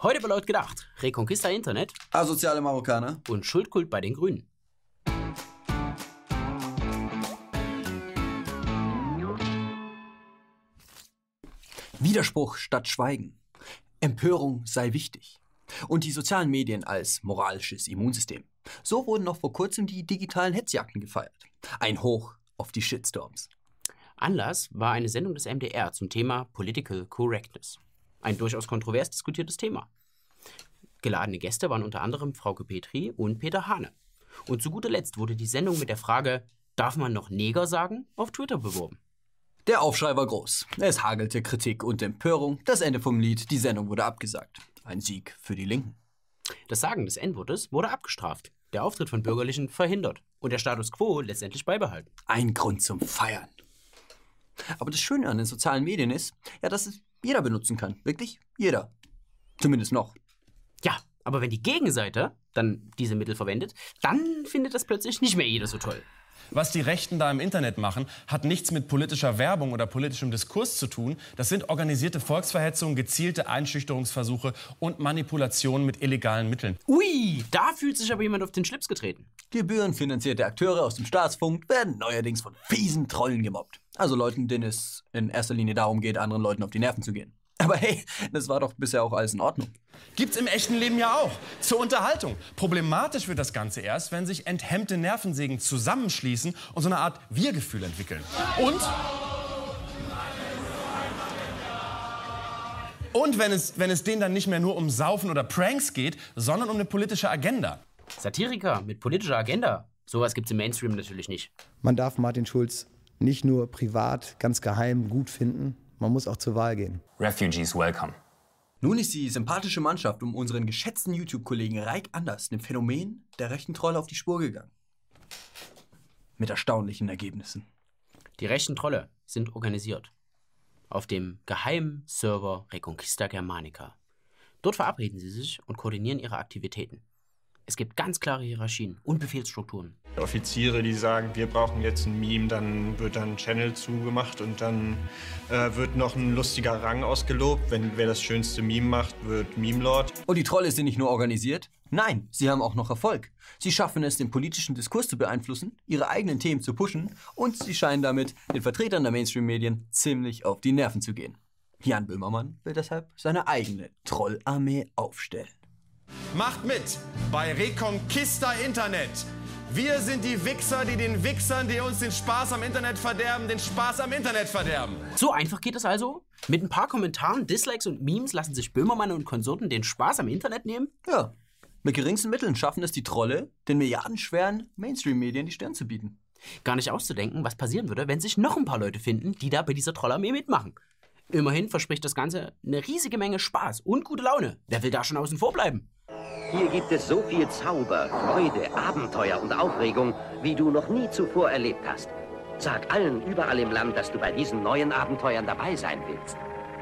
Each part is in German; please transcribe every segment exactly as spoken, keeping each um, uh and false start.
Heute bei Laut gedacht, Reconquista Internet, asoziale Marokkaner und Schuldkult bei den Grünen. Widerspruch statt Schweigen. Empörung sei wichtig. Und die sozialen Medien als moralisches Immunsystem. So wurden noch vor kurzem die digitalen Hetzjagden gefeiert. Ein Hoch auf die Shitstorms. Anlass war eine Sendung des M D R zum Thema Political Correctness. Ein durchaus kontrovers diskutiertes Thema. Geladene Gäste waren unter anderem Frauke Petri und Peter Hane. Und zu guter Letzt wurde die Sendung mit der Frage, darf man noch Neger sagen, auf Twitter beworben. Der Aufschrei war groß. Es hagelte Kritik und Empörung. Das Ende vom Lied, die Sendung wurde abgesagt. Ein Sieg für die Linken. Das Sagen des N-Wortes wurde abgestraft, der Auftritt von Bürgerlichen verhindert und der Status quo letztendlich beibehalten. Ein Grund zum Feiern. Aber das Schöne an den sozialen Medien ist, ja, dass es jeder benutzen kann. Wirklich jeder. Zumindest noch. Ja, aber wenn die Gegenseite dann diese Mittel verwendet, dann findet das plötzlich nicht mehr jeder so toll. Was die Rechten da im Internet machen, hat nichts mit politischer Werbung oder politischem Diskurs zu tun. Das sind organisierte Volksverhetzungen, gezielte Einschüchterungsversuche und Manipulationen mit illegalen Mitteln. Ui, da fühlt sich aber jemand auf den Schlips getreten. Gebührenfinanzierte Akteure aus dem Staatsfunk werden neuerdings von fiesen Trollen gemobbt. Also Leuten, denen es in erster Linie darum geht, anderen Leuten auf die Nerven zu gehen. Aber hey, das war doch bisher auch alles in Ordnung. Gibt's im echten Leben ja auch. Zur Unterhaltung. Problematisch wird das Ganze erst, wenn sich enthemmte Nervensägen zusammenschließen und so eine Art Wir-Gefühl entwickeln. Und? Und wenn es, wenn es denen dann nicht mehr nur um Saufen oder Pranks geht, sondern um eine politische Agenda. Satiriker mit politischer Agenda, sowas gibt's im Mainstream natürlich nicht. Man darf Martin Schulz nicht nur privat, ganz geheim gut finden, man muss auch zur Wahl gehen. Refugees welcome. Nun ist die sympathische Mannschaft um unseren geschätzten YouTube-Kollegen Raik Anders dem Phänomen der rechten Trolle auf die Spur gegangen. Mit erstaunlichen Ergebnissen. Die rechten Trolle sind organisiert. Auf dem geheimen Server Reconquista Germanica. Dort verabreden sie sich und koordinieren ihre Aktivitäten. Es gibt ganz klare Hierarchien und Befehlsstrukturen. Offiziere, die sagen, wir brauchen jetzt ein Meme, dann wird dann ein Channel zugemacht und dann äh, wird noch ein lustiger Rang ausgelobt. Wenn wer das schönste Meme macht, wird Meme-Lord. Und die Trolle sind nicht nur organisiert, nein, sie haben auch noch Erfolg. Sie schaffen es, den politischen Diskurs zu beeinflussen, ihre eigenen Themen zu pushen und sie scheinen damit den Vertretern der Mainstream-Medien ziemlich auf die Nerven zu gehen. Jan Böhmermann will deshalb seine eigene Trollarmee aufstellen. Macht mit bei Reconquista Internet. Wir sind die Wichser, die den Wichsern, die uns den Spaß am Internet verderben, den Spaß am Internet verderben. So einfach geht es also? Mit ein paar Kommentaren, Dislikes und Memes lassen sich Böhmermann und Konsorten den Spaß am Internet nehmen? Ja, mit geringsten Mitteln schaffen es die Trolle, den milliardenschweren Mainstream-Medien die Stirn zu bieten. Gar nicht auszudenken, was passieren würde, wenn sich noch ein paar Leute finden, die da bei dieser Trollarmee mitmachen. Immerhin verspricht das Ganze eine riesige Menge Spaß und gute Laune. Wer will da schon außen vor bleiben? Hier gibt es so viel Zauber, Freude, Abenteuer und Aufregung, wie du noch nie zuvor erlebt hast. Sag allen überall im Land, dass du bei diesen neuen Abenteuern dabei sein willst.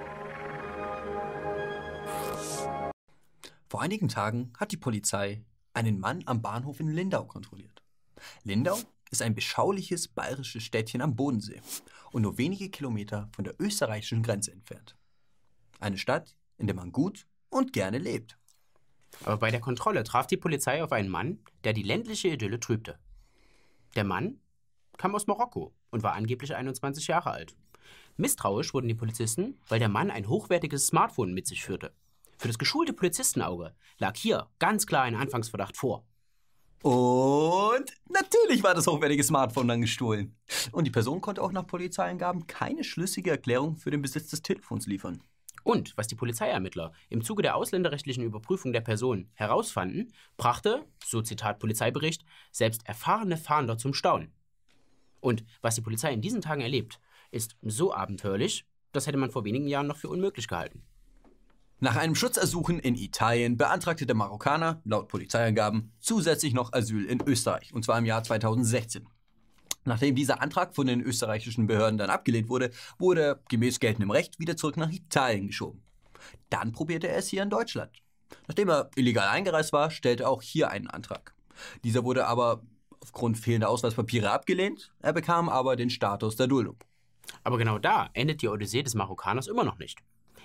Vor einigen Tagen hat die Polizei einen Mann am Bahnhof in Lindau kontrolliert. Lindau ist ein beschauliches bayerisches Städtchen am Bodensee und nur wenige Kilometer von der österreichischen Grenze entfernt. Eine Stadt, in der man gut und gerne lebt. Aber bei der Kontrolle traf die Polizei auf einen Mann, der die ländliche Idylle trübte. Der Mann kam aus Marokko und war angeblich einundzwanzig Jahre alt. Misstrauisch wurden die Polizisten, weil der Mann ein hochwertiges Smartphone mit sich führte. Für das geschulte Polizistenauge lag hier ganz klar ein Anfangsverdacht vor. Und natürlich war das hochwertige Smartphone dann gestohlen. Und die Person konnte auch nach Polizeiangaben keine schlüssige Erklärung für den Besitz des Telefons liefern. Und was die Polizeiermittler im Zuge der ausländerrechtlichen Überprüfung der Person herausfanden, brachte, so Zitat Polizeibericht, selbst erfahrene Fahnder zum Staunen. Und was die Polizei in diesen Tagen erlebt, ist so abenteuerlich, das hätte man vor wenigen Jahren noch für unmöglich gehalten. Nach einem Schutzersuchen in Italien beantragte der Marokkaner, laut Polizeiangaben, zusätzlich noch Asyl in Österreich, und zwar im Jahr zweitausendsechzehn. Nachdem dieser Antrag von den österreichischen Behörden dann abgelehnt wurde, wurde er gemäß geltendem Recht wieder zurück nach Italien geschoben. Dann probierte er es hier in Deutschland. Nachdem er illegal eingereist war, stellte er auch hier einen Antrag. Dieser wurde aber aufgrund fehlender Ausweispapiere abgelehnt, er bekam aber den Status der Duldung. Aber genau da endet die Odyssee des Marokkaners immer noch nicht.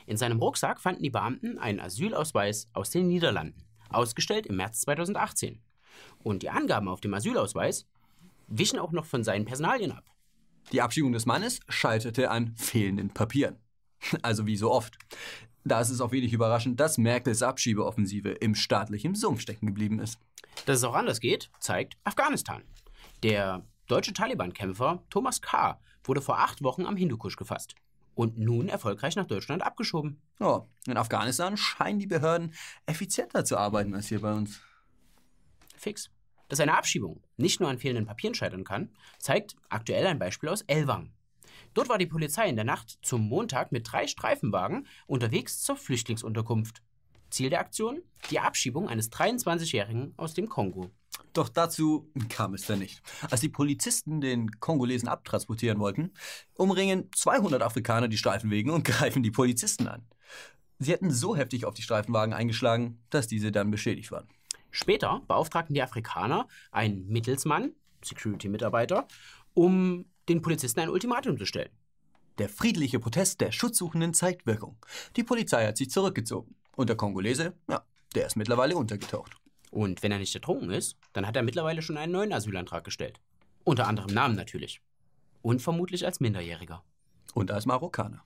In seinem Rucksack fanden die Beamten einen Asylausweis aus den Niederlanden, ausgestellt im März zweitausendachtzehn. Und die Angaben auf dem Asylausweis wichen auch noch von seinen Personalien ab. Die Abschiebung des Mannes scheiterte an fehlenden Papieren. Also wie so oft. Da ist es auch wenig überraschend, dass Merkels Abschiebeoffensive im staatlichen Sumpf stecken geblieben ist. Dass es auch anders geht, zeigt Afghanistan. Der deutsche Taliban-Kämpfer Thomas K. wurde vor acht Wochen am Hindukusch gefasst und nun erfolgreich nach Deutschland abgeschoben. Oh, in Afghanistan scheinen die Behörden effizienter zu arbeiten als hier bei uns. Fix. Dass eine Abschiebung nicht nur an fehlenden Papieren scheitern kann, zeigt aktuell ein Beispiel aus Ellwangen. Dort war die Polizei in der Nacht zum Montag mit drei Streifenwagen unterwegs zur Flüchtlingsunterkunft. Ziel der Aktion? Die Abschiebung eines dreiundzwanzigjährigen aus dem Kongo. Doch dazu kam es dann nicht. Als die Polizisten den Kongolesen abtransportieren wollten, umringen zweihundert Afrikaner die Streifenwagen und greifen die Polizisten an. Sie hätten so heftig auf die Streifenwagen eingeschlagen, dass diese dann beschädigt waren. Später beauftragten die Afrikaner einen Mittelsmann, Security-Mitarbeiter, um den Polizisten ein Ultimatum zu stellen. Der friedliche Protest der Schutzsuchenden zeigt Wirkung. Die Polizei hat sich zurückgezogen. Und der Kongolese, ja, der ist mittlerweile untergetaucht. Und wenn er nicht ertrunken ist, dann hat er mittlerweile schon einen neuen Asylantrag gestellt. Unter anderem Namen natürlich. Und vermutlich als Minderjähriger. Und als Marokkaner.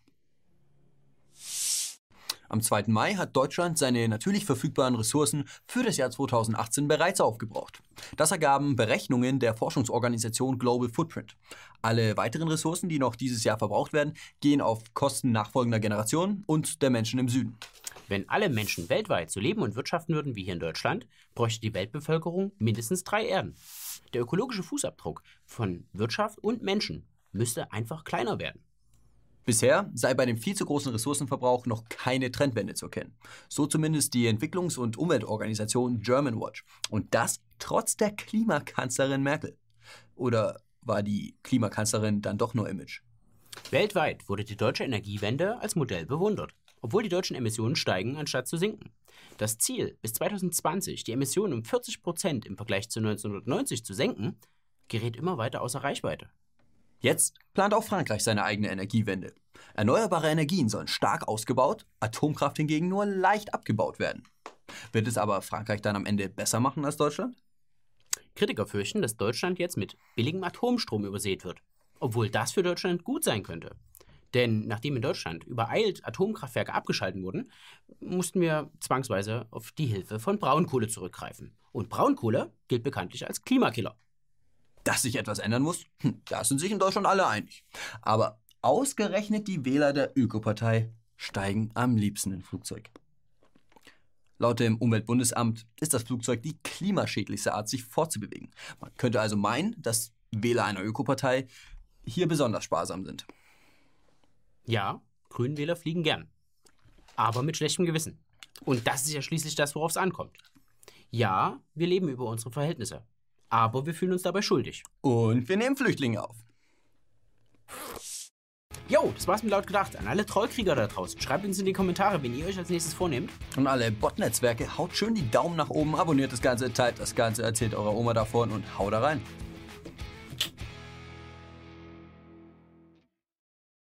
Am zweiten Mai hat Deutschland seine natürlich verfügbaren Ressourcen für das Jahr zweitausendachtzehn bereits aufgebraucht. Das ergaben Berechnungen der Forschungsorganisation Global Footprint. Alle weiteren Ressourcen, die noch dieses Jahr verbraucht werden, gehen auf Kosten nachfolgender Generationen und der Menschen im Süden. Wenn alle Menschen weltweit so leben und wirtschaften würden wie hier in Deutschland, bräuchte die Weltbevölkerung mindestens drei Erden. Der ökologische Fußabdruck von Wirtschaft und Menschen müsste einfach kleiner werden. Bisher sei bei dem viel zu großen Ressourcenverbrauch noch keine Trendwende zu erkennen. So zumindest die Entwicklungs- und Umweltorganisation Germanwatch. Und das trotz der Klimakanzlerin Merkel. Oder war die Klimakanzlerin dann doch nur Image? Weltweit wurde die deutsche Energiewende als Modell bewundert, obwohl die deutschen Emissionen steigen, anstatt zu sinken. Das Ziel, bis zweitausendzwanzig die Emissionen um vierzig Prozent im Vergleich zu neunzehnhundertneunzig zu senken, gerät immer weiter außer Reichweite. Jetzt plant auch Frankreich seine eigene Energiewende. Erneuerbare Energien sollen stark ausgebaut, Atomkraft hingegen nur leicht abgebaut werden. Wird es aber Frankreich dann am Ende besser machen als Deutschland? Kritiker fürchten, dass Deutschland jetzt mit billigem Atomstrom übersät wird, obwohl das für Deutschland gut sein könnte. Denn nachdem in Deutschland übereilt Atomkraftwerke abgeschaltet wurden, mussten wir zwangsweise auf die Hilfe von Braunkohle zurückgreifen. Und Braunkohle gilt bekanntlich als Klimakiller. Dass sich etwas ändern muss, da sind sich in Deutschland alle einig. Aber ausgerechnet die Wähler der Ökopartei steigen am liebsten in Flugzeug. Laut dem Umweltbundesamt ist das Flugzeug die klimaschädlichste Art, sich fortzubewegen. Man könnte also meinen, dass Wähler einer Ökopartei hier besonders sparsam sind. Ja, Grünwähler fliegen gern. Aber mit schlechtem Gewissen. Und das ist ja schließlich das, worauf es ankommt. Ja, wir leben über unsere Verhältnisse. Aber wir fühlen uns dabei schuldig. Und wir nehmen Flüchtlinge auf. Jo, das war's mit Laut gedacht. An alle Trollkrieger da draußen. Schreibt uns in die Kommentare, wen ihr euch als nächstes vornehmt. Und alle Bot-Netzwerke, haut schön die Daumen nach oben, abonniert das Ganze, teilt das Ganze, erzählt eurer Oma davon und haut da rein.